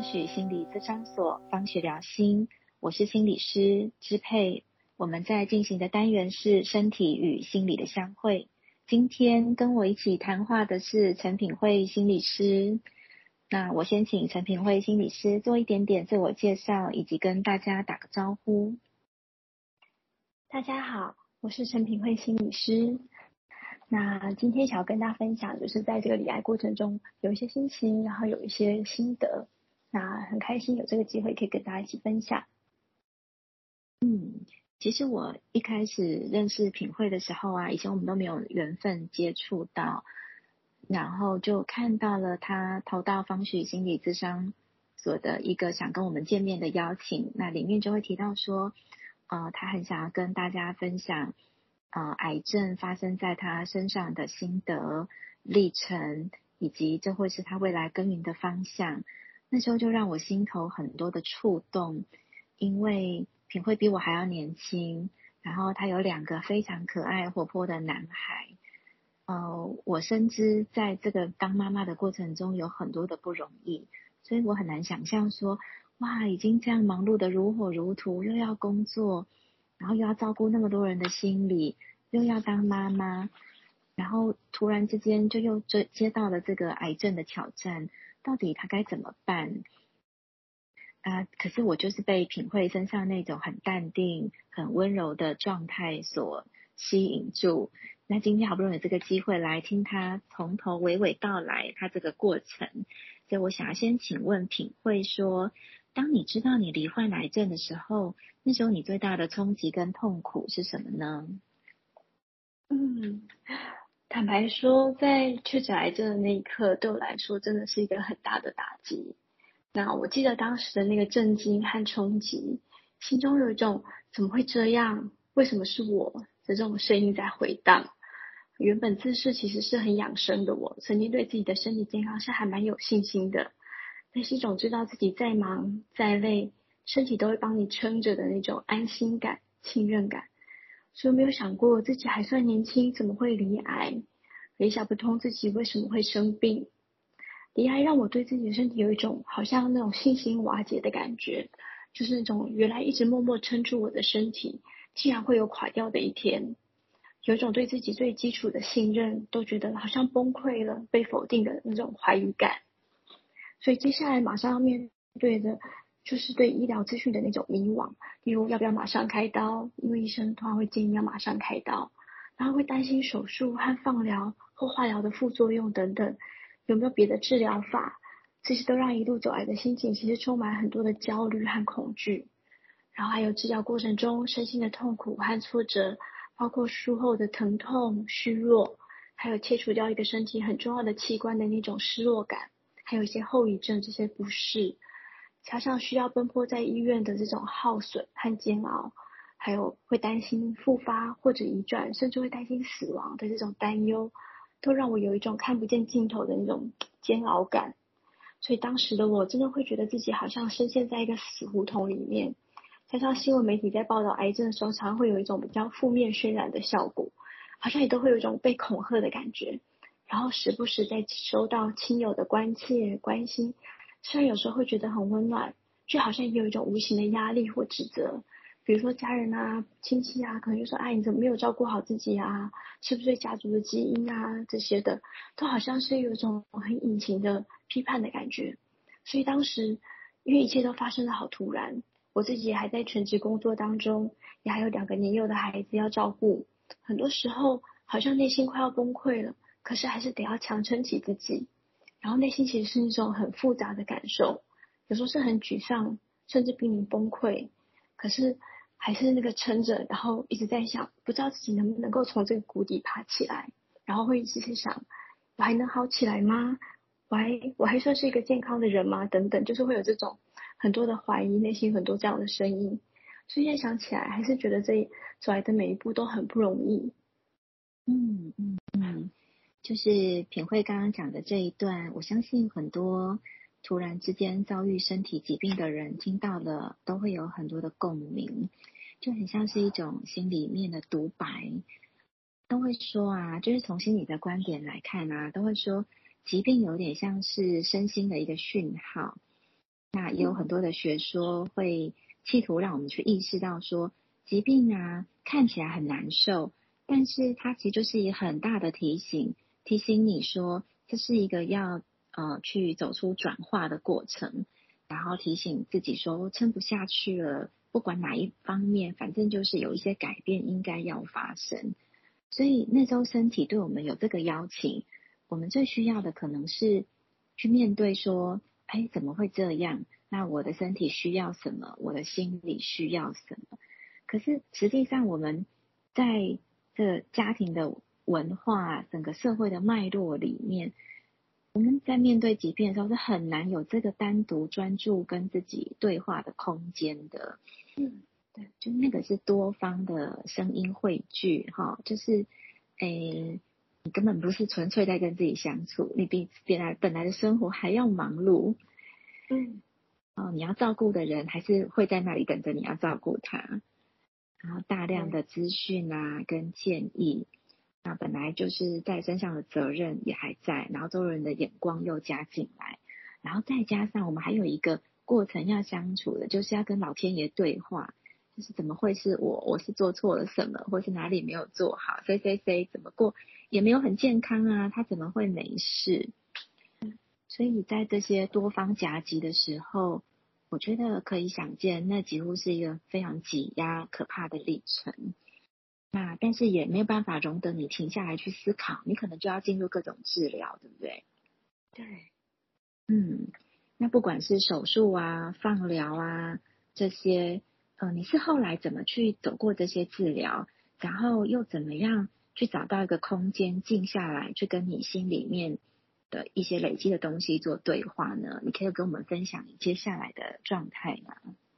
许心理咨商所方许疗心，我是心理师支配。我们在进行的单元是身体与心理的相会。今天跟我一起谈话的是陈品慧心理师。那我先请陈品慧心理师做一点点自我介绍，以及跟大家打个招呼。 大家好，我是陈品慧心理师。那今天想要跟大家分享，就是在这个理癌过程中有一些心情，然后有一些心得。那很开心有这个机会可以跟大家一起分享。 其实我一开始认识品慧的时候啊，以前我们都没有缘分接触到，然后就看到了他投到方许心理咨商所的一个想跟我们见面的邀请，那里面就会提到说，他很想要跟大家分享，癌症发生在他身上的心得历程，以及这会是他未来耕耘的方向。那时候就让我心头很多的触动，因为品慧比我还要年轻，然后他有2个非常可爱活泼的男孩。我深知在这个当妈妈的过程中有很多的不容易，所以我很难想象说，哇，已经这样忙碌的如火如荼，又要工作，然后又要照顾那么多人的心理，又要当妈妈，然后突然之间就又接到了这个癌症的挑战，到底他该怎么办？可是我就是被品慧身上那种很淡定、很温柔的状态所吸引住。那今天好不容易有这个机会来听他从头娓娓道来他这个过程，所以我想要先请问品慧说，当你知道你罹患癌症的时候，那时候你最大的冲击跟痛苦是什么呢？ 坦白说，在确诊癌症的那一刻，对我来说真的是一个很大的打击。那我记得当时的那个震惊和冲击，心中有一种怎么会这样？为什么是我的这种声音在回荡？原本自视其实是很养生的我，曾经对自己的身体健康是还蛮有信心的，那是一种知道自己再忙再累，身体都会帮你撑着的那种安心感、信任感。所以没有想过自己还算年轻，怎么会罹癌？也想不通自己为什么会生病。离癌让我对自己的身体有一种好像那种信心瓦解的感觉，就是那种原来一直默默撑住我的身体，竟然会有垮掉的一天，有一种对自己最基础的信任都觉得好像崩溃了，被否定的那种怀疑感。所以接下来马上要面对的就是对医疗资讯的那种迷惘，例如要不要马上开刀，因为医生通常会建议要马上开刀，然后会担心手术和放疗或化疗的副作用等等，有没有别的治疗法，这些都让一路走来的心情其实充满很多的焦虑和恐惧。然后还有治疗过程中身心的痛苦和挫折，包括术后的疼痛、虚弱，还有切除掉一个身体很重要的器官的那种失落感，还有一些后遗症，这些不适，加上需要奔波在医院的这种耗损和煎熬，还有会担心复发或者移转，甚至会担心死亡的这种担忧，都让我有一种看不见尽头的那种煎熬感。所以当时的我真的会觉得自己好像深陷在一个死胡同里面，加上新闻媒体在报道癌症的时候，常常会有一种比较负面渲染的效果，好像也都会有一种被恐吓的感觉，然后时不时在收到亲友的关切关心，虽然有时候会觉得很温暖，却好像也有一种无形的压力或指责。比如说家人啊、亲戚啊，可能就说：“哎，你怎么没有照顾好自己啊？是不是家族的基因啊？”这些的，都好像是有一种很隐形的批判的感觉。所以当时，因为一切都发生的好突然，我自己也还在全职工作当中，也还有2个年幼的孩子要照顾，很多时候好像内心快要崩溃了，可是还是得要强撑起自己。然后内心其实是一种很复杂的感受，有时候是很沮丧，甚至濒临崩溃，可是还是那个撑着，然后一直在想，不知道自己能不能够从这个谷底爬起来，然后会一直去想，我还能好起来吗？我还算是一个健康的人吗？等等，就是会有这种很多的怀疑，内心很多这样的声音。所以现在想起来，还是觉得这走来的每一步都很不容易。 就是品慧刚刚讲的这一段，我相信很多突然之间遭遇身体疾病的人听到了都会有很多的共鸣，就很像是一种心里面的独白。都会说啊，就是从心理的观点来看啊，都会说疾病有点像是身心的一个讯号。 那也有很多的学说会企图让我们去意识到说，疾病啊看起来很难受，但是它其实就是一个很大的提醒，提醒你说这是一个要去走出转化的过程，然后提醒自己说撑不下去了，不管哪一方面，反正就是有一些改变应该要发生。所以那时候身体对我们有这个邀请，我们最需要的可能是去面对说，哎，怎么会这样？那我的身体需要什么？我的心理需要什么？可是实际上我们在这家庭的文化、整个社会的脉络里面，我们在面对疾病的时候是很难有这个单独专注跟自己对话的空间的。对，就那个是多方的声音汇聚，哈，就是你根本不是纯粹在跟自己相处，你比本来的生活还要忙碌。你要照顾的人还是会在那里等着你要照顾他，然后大量的资讯啊跟建议，那本来就是在身上的责任也还在，然后周围人的眼光又加进来，然后再加上我们还有一个过程要相处的，就是要跟老天爷对话，就是怎么会是我是做错了什么，或是哪里没有做好，谁怎么过也没有很健康啊，他怎么会没事？所以在这些多方夹击的时候，我觉得可以想见，那几乎是一个非常挤压、可怕的历程。那但是也没有办法容得你停下来去思考，你可能就要进入各种治疗，对不对？ 对， 那不管是手术啊、放疗啊这些，你是后来怎么去走过这些治疗，然后又怎么样去找到一个空间静下来，去跟你心里面的一些累积的东西做对话呢？你可以跟我们分享你接下来的状态吗？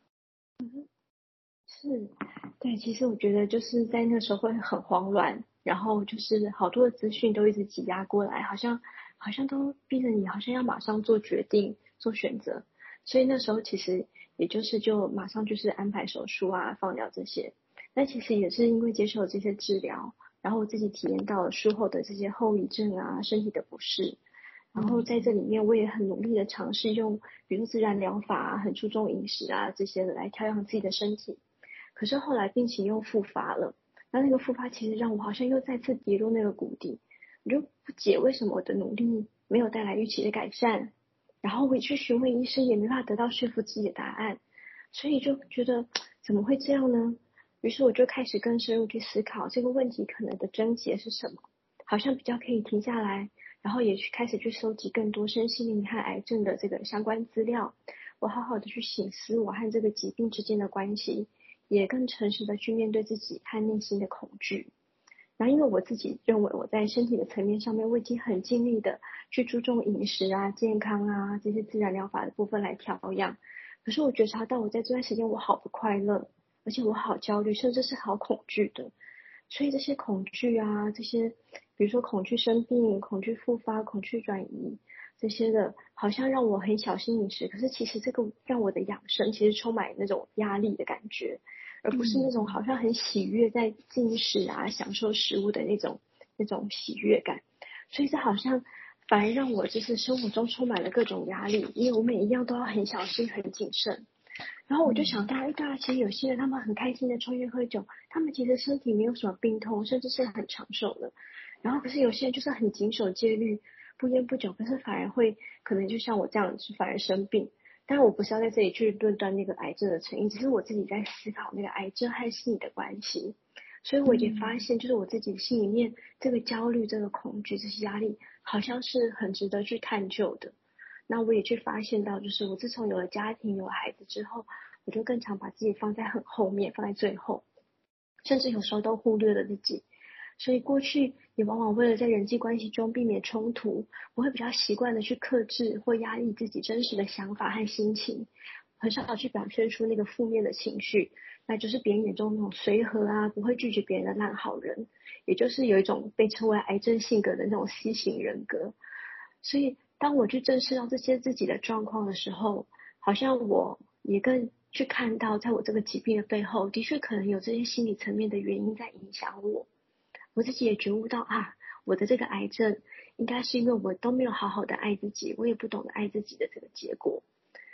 是，对，其实我觉得就是在那个时候会很慌乱，然后就是好多的资讯都一直挤压过来，好像都逼着你，好像要马上做决定、做选择，所以那时候其实也就马上就是安排手术啊、放疗这些。但其实也是因为接受了这些治疗，然后我自己体验到了术后的这些后遗症啊、身体的不适，然后在这里面我也很努力的尝试用，比如自然疗法啊、很注重饮食啊这些的来调养自己的身体。可是后来病情又复发了，那个复发其实让我好像又再次跌入那个谷底，我就不解为什么我的努力没有带来预期的改善，然后我也去询问医生，也没办法得到说服自己的答案，所以就觉得怎么会这样呢？于是我就开始更深入去思考这个问题可能的症结是什么，好像比较可以停下来，然后也开始去收集更多身心灵和癌症的这个相关资料，我好好的去省思我和这个疾病之间的关系。也更诚实的去面对自己和内心的恐惧。然后因为我自己认为我在身体的层面上面，我已经很尽力的去注重饮食啊、健康啊这些自然疗法的部分来调养。可是我觉察到我在这段时间我好不快乐，而且我好焦虑，甚至是好恐惧的。所以这些恐惧啊，这些比如说恐惧生病、恐惧复发、恐惧转移这些的，好像让我很小心饮食。可是其实这个让我的养生其实充满那种压力的感觉。而不是那种好像很喜悦在进食啊、享受食物的那种喜悦感，所以这好像反而让我就是生活中充满了各种压力，因为我每一样都要很小心、很谨慎。然后我就想到，对啊，其实有些人他们很开心的抽烟喝酒，他们其实身体没有什么病痛，甚至是很长寿的。然后可是有些人就是很谨守戒律，不烟不酒，可是反而会可能就像我这样子，反而生病。当然我不是要在这里去论断那个癌症的成因，只是我自己在思考那个癌症和心理的关系。所以我也发现，就是我自己心里面这个焦虑、这个恐惧、这些压力，好像是很值得去探究的。那我也去发现到，就是我自从有了家庭、有了孩子之后，我就更常把自己放在很后面，放在最后，甚至有时候都忽略了自己。所以过去也往往为了在人际关系中避免冲突，我会比较习惯的去克制或压抑自己真实的想法和心情，很少去表现出那个负面的情绪，那就是别人眼中那种随和啊，不会拒绝别人的烂好人，也就是有一种被称为癌症性格的那种 C 型人格。所以当我去正视到这些自己的状况的时候，好像我也更去看到，在我这个疾病的背后，的确可能有这些心理层面的原因在影响我。我自己也觉悟到啊，我的这个癌症应该是因为我都没有好好的爱自己，我也不懂得爱自己的这个结果。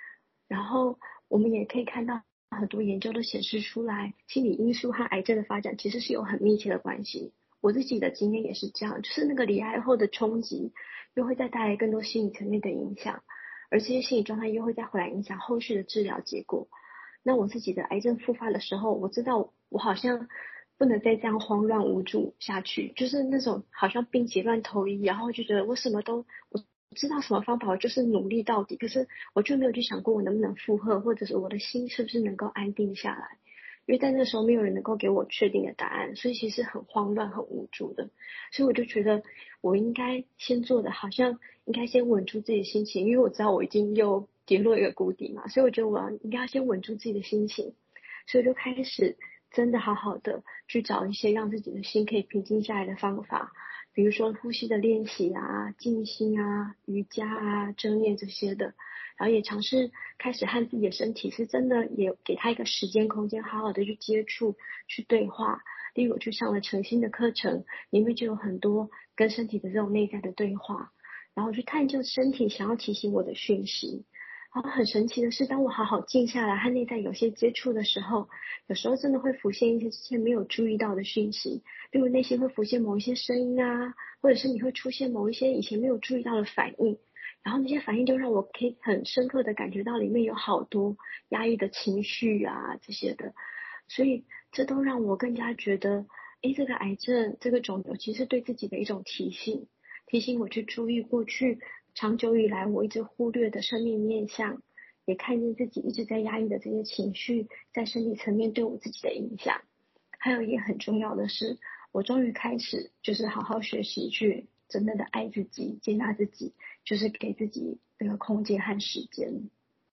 然后我们也可以看到很多研究都显示出来，心理因素和癌症的发展其实是有很密切的关系。我自己的经验也是这样，就是那个离癌后的冲击，又会再带来更多心理层面的影响，而这些心理状态又会再回来影响后续的治疗结果。那我自己的癌症复发的时候，我知道我好像不能再这样慌乱无助下去，就是那种好像病急乱投医，然后就觉得我知道什么方法，我就是努力到底，可是我就没有去想过我能不能负荷，或者是我的心是不是能够安定下来。因为在那时候没有人能够给我确定的答案，所以其实很慌乱、很无助的。所以我就觉得我应该先做的，好像应该先稳住自己的心情，因为我知道我已经又跌落一个谷底嘛，所以我觉得应该要先稳住自己的心情，所以就开始真的好好的去找一些让自己的心可以平静下来的方法，比如说呼吸的练习啊、静心啊、瑜伽啊、正念这些的。然后也尝试开始和自己的身体是真的也给他一个时间空间，好好的去接触、去对话。例如我去上了诚心的课程，里面就有很多跟身体的这种内在的对话，然后去探究身体想要提醒我的讯息。然后很神奇的是，当我好好静下来和内在有些接触的时候，有时候真的会浮现一些之前没有注意到的讯息，例如内心会浮现某一些声音啊，或者是你会出现某一些以前没有注意到的反应。然后那些反应就让我可以很深刻的感觉到里面有好多压抑的情绪啊这些的，所以这都让我更加觉得，诶，这个癌症这个肿瘤其实对自己的一种提醒，提醒我去注意过去长久以来我一直忽略的生命面向，也看见自己一直在压抑的这些情绪在身体层面对我自己的影响。还有一点很重要的是，我终于开始就是好好学习去真正的爱自己、接纳自己，就是给自己这个空间和时间。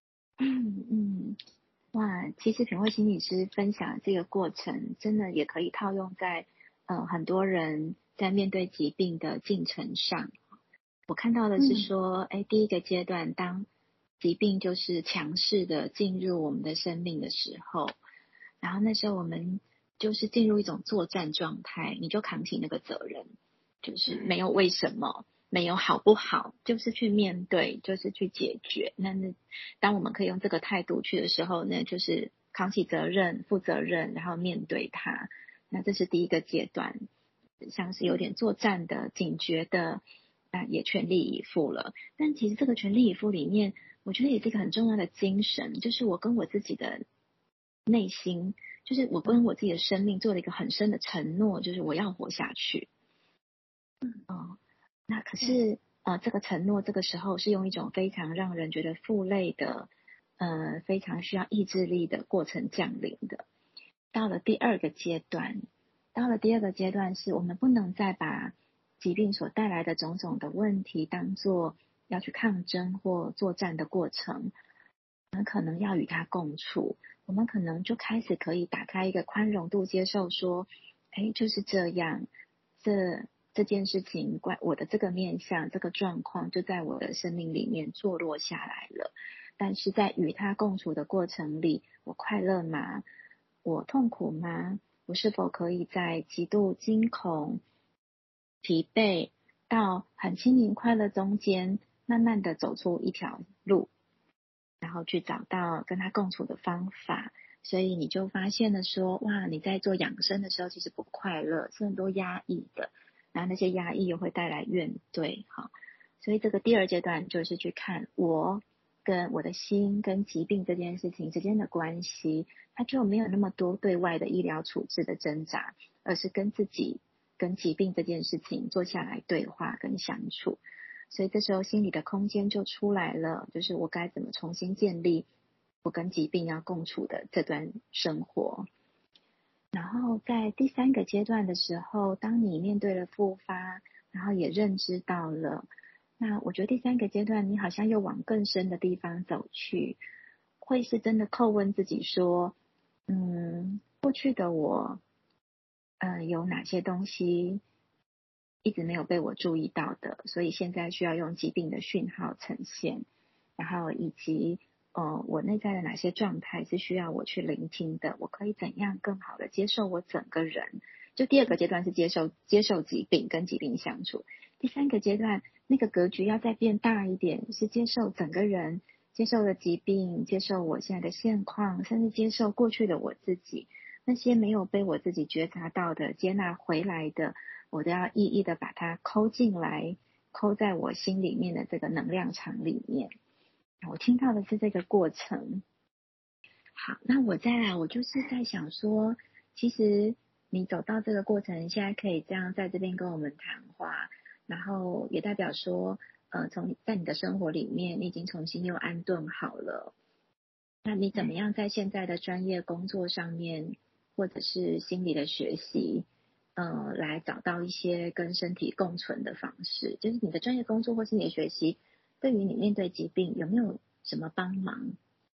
哇，其实品慧心理师分享这个过程，真的也可以套用在很多人在面对疾病的进程上。我看到的是说，第一个阶段，当疾病就是强势的进入我们的生命的时候，然后那时候我们就是进入一种作战状态，你就扛起那个责任，就是没有为什么，没有好不好，就是去面对，就是去解决。那当我们可以用这个态度去的时候呢，就是扛起责任、负责任，然后面对它。那这是第一个阶段，像是有点作战的、警觉的，也全力以赴了。但其实这个全力以赴里面，我觉得也是一个很重要的精神，就是我跟我自己的内心，就是我跟我自己的生命做了一个很深的承诺，就是我要活下去。那可是这个承诺这个时候是用一种非常让人觉得负累的，非常需要意志力的过程降临的。到了第二个阶段是我们不能再把疾病所带来的种种的问题当作要去抗争或作战的过程，我们可能要与它共处，我们可能就开始可以打开一个宽容度，接受说，就是这样，这件事情，我的这个面向，这个状况就在我的生命里面坐落下来了。但是在与它共处的过程里，我快乐吗？我痛苦吗？我是否可以在极度惊恐、疲惫到很轻盈快乐中间，慢慢的走出一条路，然后去找到跟他共处的方法？所以你就发现了说，哇，你在做养生的时候其实不快乐，是很多压抑的，然后那些压抑又会带来怨怼，所以这个第二阶段就是去看我跟我的心跟疾病这件事情之间的关系，它就没有那么多对外的医疗处置的挣扎，而是跟自己跟疾病这件事情坐下来对话跟相处。所以这时候心理的空间就出来了，就是我该怎么重新建立我跟疾病要共处的这段生活。然后在第三个阶段的时候，当你面对了复发，然后也认知到了，那我觉得第三个阶段你好像又往更深的地方走去，会是真的叩问自己说，过去的我有哪些东西一直没有被我注意到的，所以现在需要用疾病的讯号呈现，然后以及我内在的哪些状态是需要我去聆听的，我可以怎样更好的接受我整个人。就第二个阶段是接受疾病跟疾病相处，第三个阶段那个格局要再变大一点，是接受整个人， 接受了疾病，接受我现在的现况，甚至接受过去的我自己，那些没有被我自己觉察到的、接纳回来的，我都要一一的把它抠进来，抠在我心里面的这个能量场里面。我听到的是这个过程。好，那我再来，我就是在想说，其实你走到这个过程，现在可以这样在这边跟我们谈话，然后也代表说，在你的生活里面，你已经重新又安顿好了。那你怎么样在现在的专业工作上面，或者是心理的学习，来找到一些跟身体共存的方式？就是你的专业工作或是你的学习，对于你面对疾病有没有什么帮忙？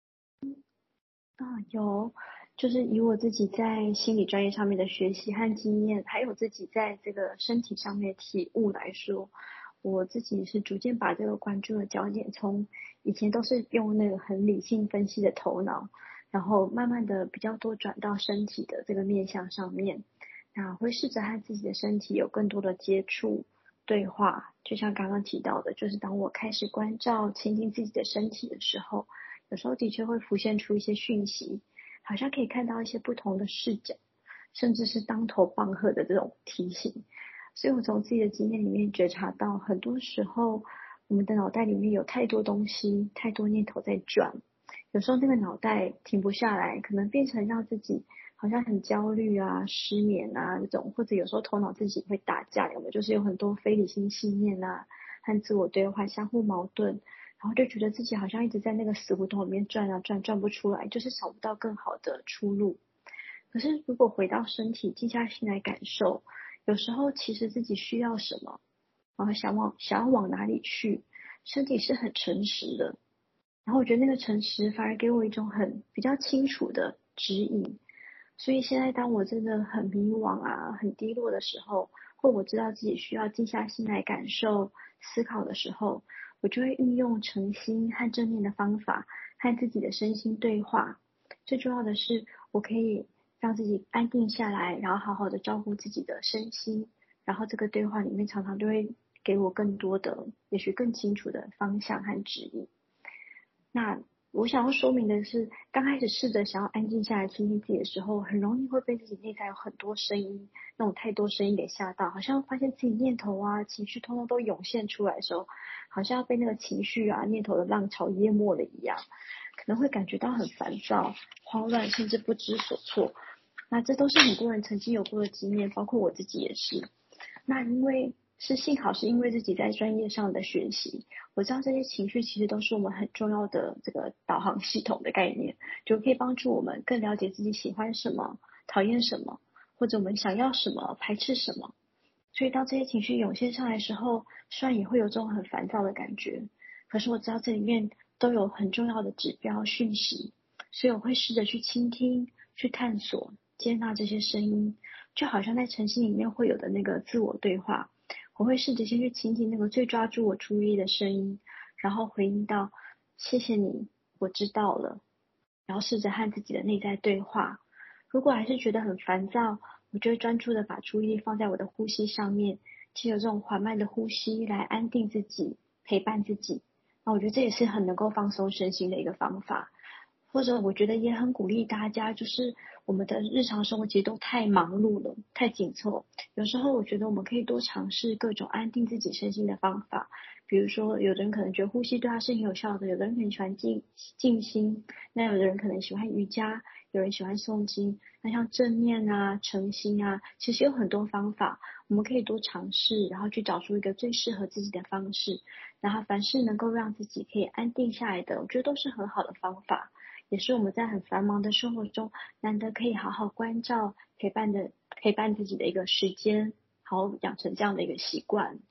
有，就是以我自己在心理专业上面的学习和经验，还有自己在这个身体上面体悟来说，我自己是逐渐把这个关注的焦点从以前都是用那个很理性分析的头脑，然后慢慢的比较多转到身体的这个面向上面，那会试着和自己的身体有更多的接触对话，就像刚刚提到的，就是当我开始关照亲近自己的身体的时候。有时候的确会浮现出一些讯息，好像可以看到一些不同的视角，甚至是当头棒喝的这种提醒。所以我从自己的经验里面觉察到，很多时候我们的脑袋里面有太多东西，太多念头在转，有时候那个脑袋停不下来，可能变成让自己好像很焦虑啊、失眠啊这种，或者有时候头脑自己会打架，有没有？就是有很多非理性信念啊，和自我对话相互矛盾。然后就觉得自己好像一直在那个死胡同里面转啊转，转不出来，就是找不到更好的出路。可是如果回到身体，静下心来感受，有时候其实自己需要什么，然后想要往哪里去，身体是很诚实的。然后我觉得那个诚实反而给我一种比较清楚的指引。所以现在当我真的很迷惘啊、很低落的时候，或我知道自己需要静下心来感受、思考的时候，我就会运用诚心和正念的方法，和自己的身心对话。最重要的是，我可以让自己安定下来，然后好好的照顾自己的身心。然后这个对话里面常常就会给我更多的，也许更清楚的方向和指引。那我想要说明的是，刚开始试着想要安静下来倾听自己的时候，很容易会被自己内在有很多声音，那种太多声音给吓到，好像发现自己念头啊、情绪通通都涌现出来的时候，好像要被那个情绪啊、念头的浪潮淹没了一样，可能会感觉到很烦躁、慌乱，甚至不知所措。那这都是很多人曾经有过的经验，包括我自己也是。那幸好是因为自己在专业上的学习，我知道这些情绪其实都是我们很重要的这个导航系统的概念，就可以帮助我们更了解自己喜欢什么、讨厌什么，或者我们想要什么、排斥什么。所以当这些情绪涌现上来的时候，虽然也会有这种很烦躁的感觉，可是我知道这里面都有很重要的指标讯息，所以我会试着去倾听、去探索、接纳这些声音，就好像在晨曦里面会有的那个自我对话。我会试着先去倾听那个最抓住我注意力的声音，然后回应到谢谢你，我知道了，然后试着和自己的内在对话。如果还是觉得很烦躁，我就会专注的把注意力放在我的呼吸上面，借由这种缓慢的呼吸来安定自己，陪伴自己。那我觉得这也是很能够放松身心的一个方法。或者我觉得也很鼓励大家，就是我们的日常生活其实都太忙碌了，太紧凑。有时候我觉得我们可以多尝试各种安定自己身心的方法，比如说有的人可能觉得呼吸对他是很有效的，有的人很喜欢静心，那有的人可能喜欢瑜伽，有人喜欢诵经。那像正念啊、诚心啊，其实有很多方法，我们可以多尝试，然后去找出一个最适合自己的方式。然后凡是能够让自己可以安定下来的，我觉得都是很好的方法。也是我们在很繁忙的生活中难得可以好好关照、陪伴自己的一个时间，好好养成这样的一个习惯。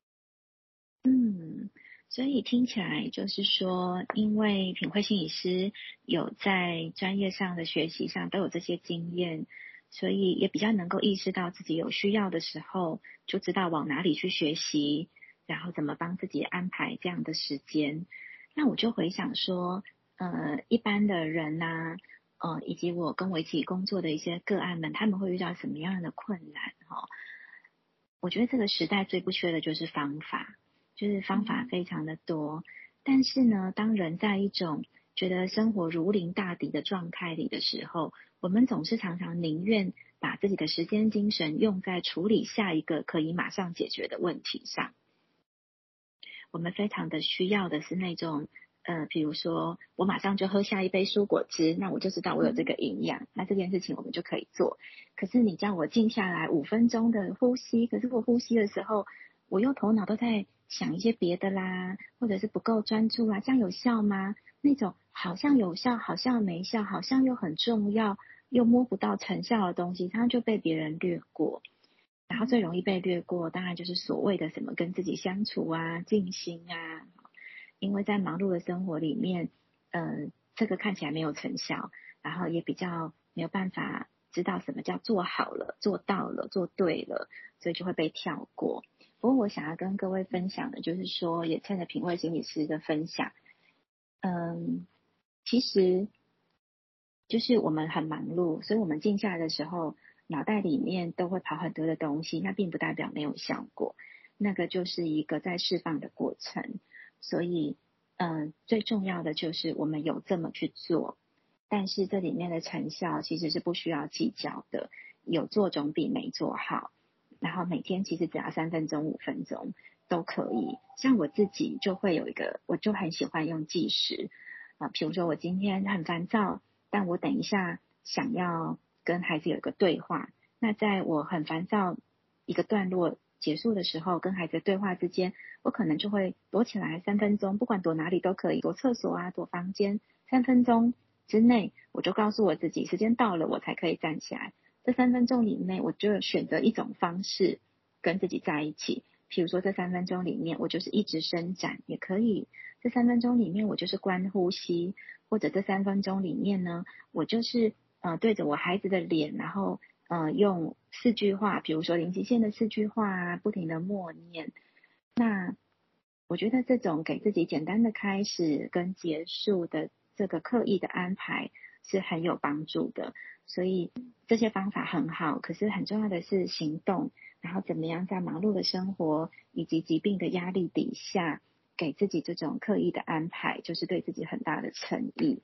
所以听起来就是说，因为品慧心理师有在专业上的学习上都有这些经验，所以也比较能够意识到自己有需要的时候，就知道往哪里去学习，然后怎么帮自己安排这样的时间。那我就回想说，一般的人呐、以及我跟我一起工作的一些个案们，他们会遇到什么样的困难？我觉得这个时代最不缺的就是方法，就是方法非常的多。 但是呢，当人在一种觉得生活如临大敌的状态里的时候，我们总是常常宁愿把自己的时间精神用在处理下一个可以马上解决的问题上。我们非常的需要的是那种比如说我马上就喝下一杯蔬果汁，那我就知道我有这个营养，那这件事情我们就可以做。可是你叫我静下来5分钟的呼吸，可是我呼吸的时候，我又头脑都在想一些别的啦，或者是不够专注啊，这样有效吗？那种好像有效，好像没效，好像又很重要，又摸不到成效的东西，它就被别人略过。然后最容易被略过，当然就是所谓的什么跟自己相处啊、静心啊。因为在忙碌的生活里面，这个看起来没有成效，然后也比较没有办法知道什么叫做好了、做到了、做对了，所以就会被跳过。不过我想要跟各位分享的就是说，也趁着品味心理师的分享，其实就是我们很忙碌，所以我们静下来的时候，脑袋里面都会跑很多的东西，那并不代表没有效果，那个就是一个在释放的过程。所以，最重要的就是我们有这么去做，但是这里面的成效其实是不需要计较的，有做总比没做好。然后每天其实只要3分钟、5分钟都可以。像我自己就会有一个，我就很喜欢用计时比如说我今天很烦躁，但我等一下想要跟孩子有一个对话，那在我很烦躁一个段落结束的时候，跟孩子的对话之间，我可能就会躲起来3分钟，不管躲哪里都可以，躲厕所啊，躲房间，3分钟之内，我就告诉我自己，时间到了我才可以站起来。这3分钟里面，我就选择一种方式跟自己在一起。譬如说，这3分钟里面，我就是一直伸展也可以；这3分钟里面，我就是观呼吸，或者这3分钟里面呢，我就是对着我孩子的脸，然后用4句话，比如说林极限的4句话啊，不停的默念。那我觉得这种给自己简单的开始跟结束的这个刻意的安排是很有帮助的。所以这些方法很好，可是很重要的是行动，然后怎么样在忙碌的生活以及疾病的压力底下，给自己这种刻意的安排，就是对自己很大的诚意。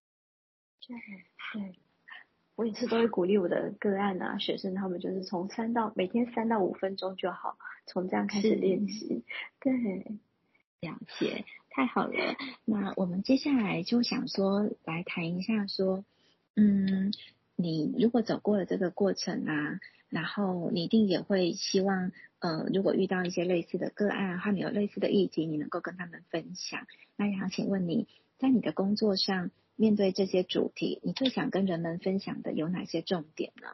对，我也是都会鼓励我的个案啊、学生，他们就是每天3到5分钟就好，从这样开始练习。对， 了解，太好了。那我们接下来就想说，来谈一下说，你如果走过了这个过程啊，然后你一定也会希望，如果遇到一些类似的个案，他们有类似的议题，你能够跟他们分享。那想请问你在你的工作上面对这些主题，你最想跟人们分享的有哪些重点呢？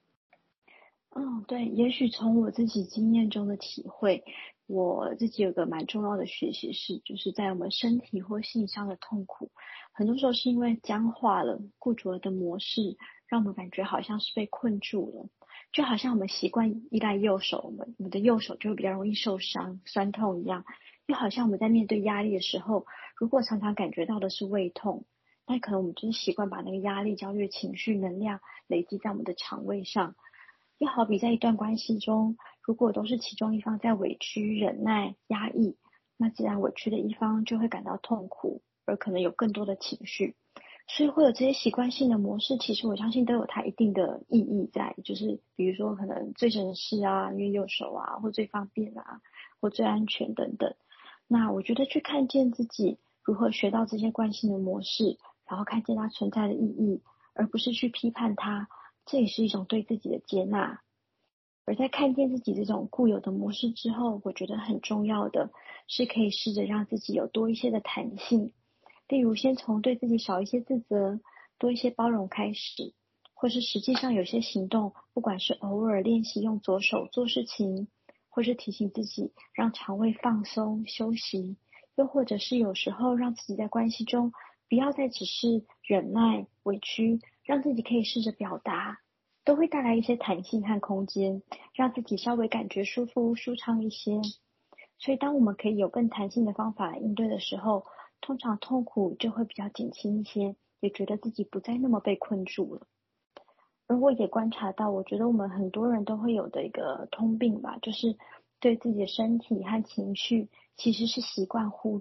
对，也许从我自己经验中的体会，我自己有个蛮重要的学习是，就是在我们身体或心理上的痛苦，很多时候是因为僵化了、固着了的模式，让我们感觉好像是被困住了，就好像我们习惯依赖右手，我们的右手就会比较容易受伤、酸痛一样，又好像我们在面对压力的时候，如果常常感觉到的是胃痛，那可能我们就是习惯把那个压力、焦虑、情绪、能量累积在我们的肠胃上。又好比在一段关系中，如果都是其中一方在委屈、忍耐、压抑，那自然委屈的一方就会感到痛苦，而可能有更多的情绪。所以会有这些习惯性的模式，其实我相信都有它一定的意义在，就是比如说可能最省事啊，因为右手啊，或最方便啊，或最安全等等。那我觉得去看见自己如何学到这些惯性的模式，然后看见它存在的意义，而不是去批判它，这也是一种对自己的接纳。而在看见自己这种固有的模式之后，我觉得很重要的是可以试着让自己有多一些的弹性，例如先从对自己少一些自责，多一些包容开始，或是实际上有些行动，不管是偶尔练习用左手做事情，或是提醒自己让肠胃放松休息，又或者是有时候让自己在关系中不要再只是忍耐委屈，让自己可以试着表达，都会带来一些弹性和空间，让自己稍微感觉舒服舒畅一些。所以当我们可以有更弹性的方法来应对的时候，通常痛苦就会比较减轻一些，也觉得自己不再那么被困住了。而我也观察到，我觉得我们很多人都会有的一个通病吧，就是对自己的身体和情绪其实是习惯忽略，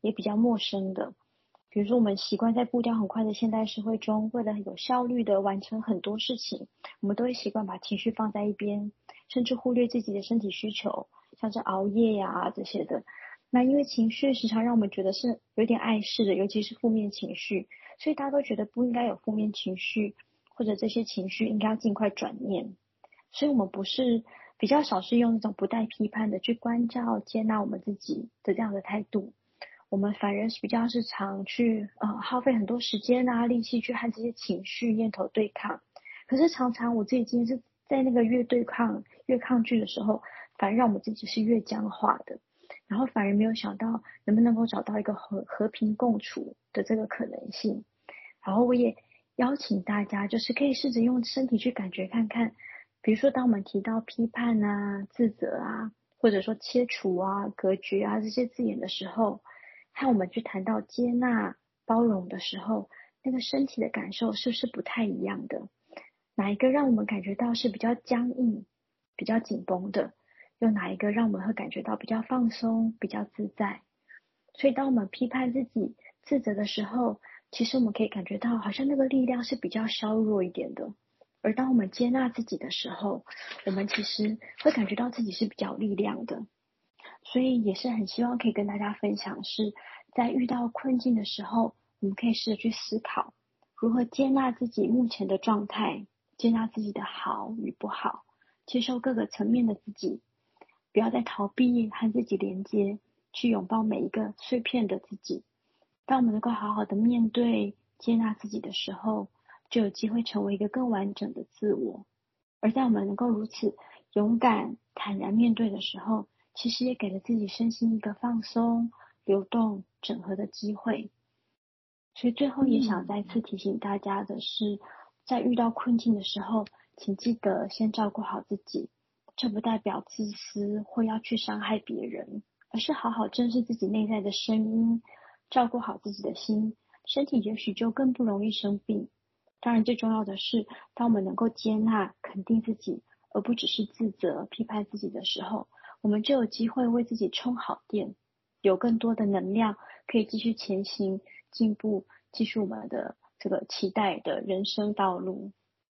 也比较陌生的。比如说，我们习惯在步调很快的现代社会中，为了有效率的完成很多事情，我们都会习惯把情绪放在一边，甚至忽略自己的身体需求，像是熬夜呀这些的。那因为情绪时常让我们觉得是有点碍事的，尤其是负面情绪，所以大家都觉得不应该有负面情绪，或者这些情绪应该要尽快转念。所以我们比较少是用那种不带批判的去关照、接纳我们自己的这样的态度。我们反而是比较是常去耗费很多时间啊、力气去和这些情绪念头对抗。可是常常我自己经是在那个越对抗、越抗拒的时候，反而让我们自己是越僵化的，然后反而没有想到能不能够找到一个和平共处的这个可能性。然后我也邀请大家，就是可以试着用身体去感觉看看，比如说当我们提到批判啊、自责啊，或者说切除啊、隔绝啊这些字眼的时候，和我们去谈到接纳、包容的时候，那个身体的感受是不是不太一样的？哪一个让我们感觉到是比较僵硬、比较紧绷的？又哪一个让我们会感觉到比较放松、比较自在？所以当我们批判自己、自责的时候，其实我们可以感觉到好像那个力量是比较削弱一点的。而当我们接纳自己的时候，我们其实会感觉到自己是比较有力量的。所以也是很希望可以跟大家分享是，在遇到困境的时候，我们可以试着去思考，如何接纳自己目前的状态，接纳自己的好与不好，接受各个层面的自己，不要再逃避和自己连接，去拥抱每一个碎片的自己。当我们能够好好的面对、接纳自己的时候，就有机会成为一个更完整的自我。而在我们能够如此勇敢、坦然面对的时候，其实也给了自己身心一个放松、流动、整合的机会。所以最后也想再次提醒大家的是，在遇到困境的时候，请记得先照顾好自己。这不代表自私或要去伤害别人，而是好好正视自己内在的声音，照顾好自己的心，身体也许就更不容易生病。当然最重要的是，当我们能够接纳、肯定自己，而不只是自责、批判自己的时候，我们就有机会为自己充好电，有更多的能量可以继续前行、进步，继续我们的这个期待的人生道路。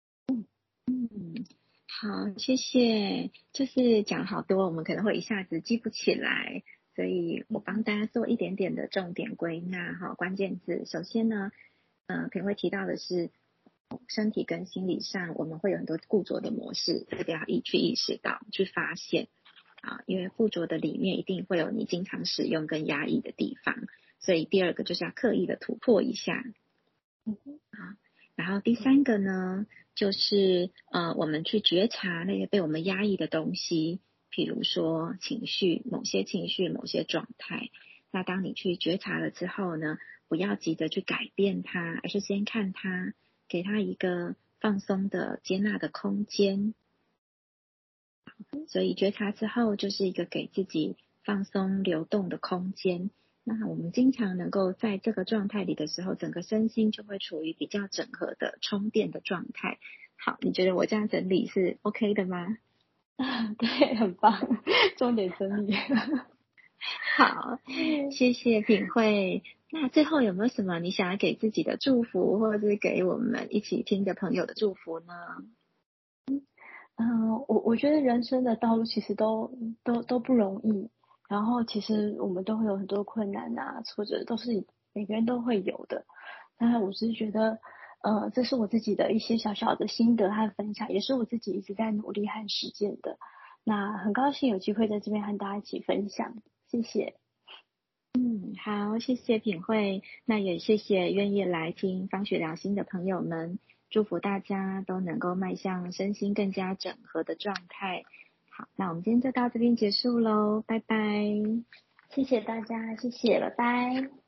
好，谢谢。就是讲好多，我们可能会一下子记不起来，所以我帮大家做一点点的重点归纳哈，关键字。首先呢，可能会提到的是，身体跟心理上我们会有很多固着的模式，这个要去意识到、去发现啊，因为固着的里面一定会有你经常使用跟压抑的地方，所以第二个就是要刻意的突破一下。啊，然后第三个呢，就是我们去觉察那些被我们压抑的东西，譬如说情绪、某些情绪、某些状态。那当你去觉察了之后呢，不要急着去改变它，而是先看它，给它一个放松的、接纳的空间。所以觉察之后，就是一个给自己放松、流动的空间。那我们经常能够在这个状态里的时候，整个身心就会处于比较整合的充电的状态。好，你觉得我这样整理是 OK 的吗？ 对，很棒，重点整理。 好，谢谢品慧。那最后有没有什么你想要给自己的祝福，或者是给我们一起听的朋友的祝福呢？ 我觉得人生的道路其实都不容易，然后其实我们都会有很多困难啊、挫折，都是每个人都会有的。但我只是觉得，这是我自己的一些小小的心得和分享，也是我自己一直在努力和实践的。那很高兴有机会在这边和大家一起分享，谢谢。 好，谢谢品慧，那也谢谢愿意来听芳雪聊心的朋友们，祝福大家都能够迈向身心更加整合的状态。好，那我们今天就到这边结束喽，拜拜。 谢谢大家，谢谢，拜拜。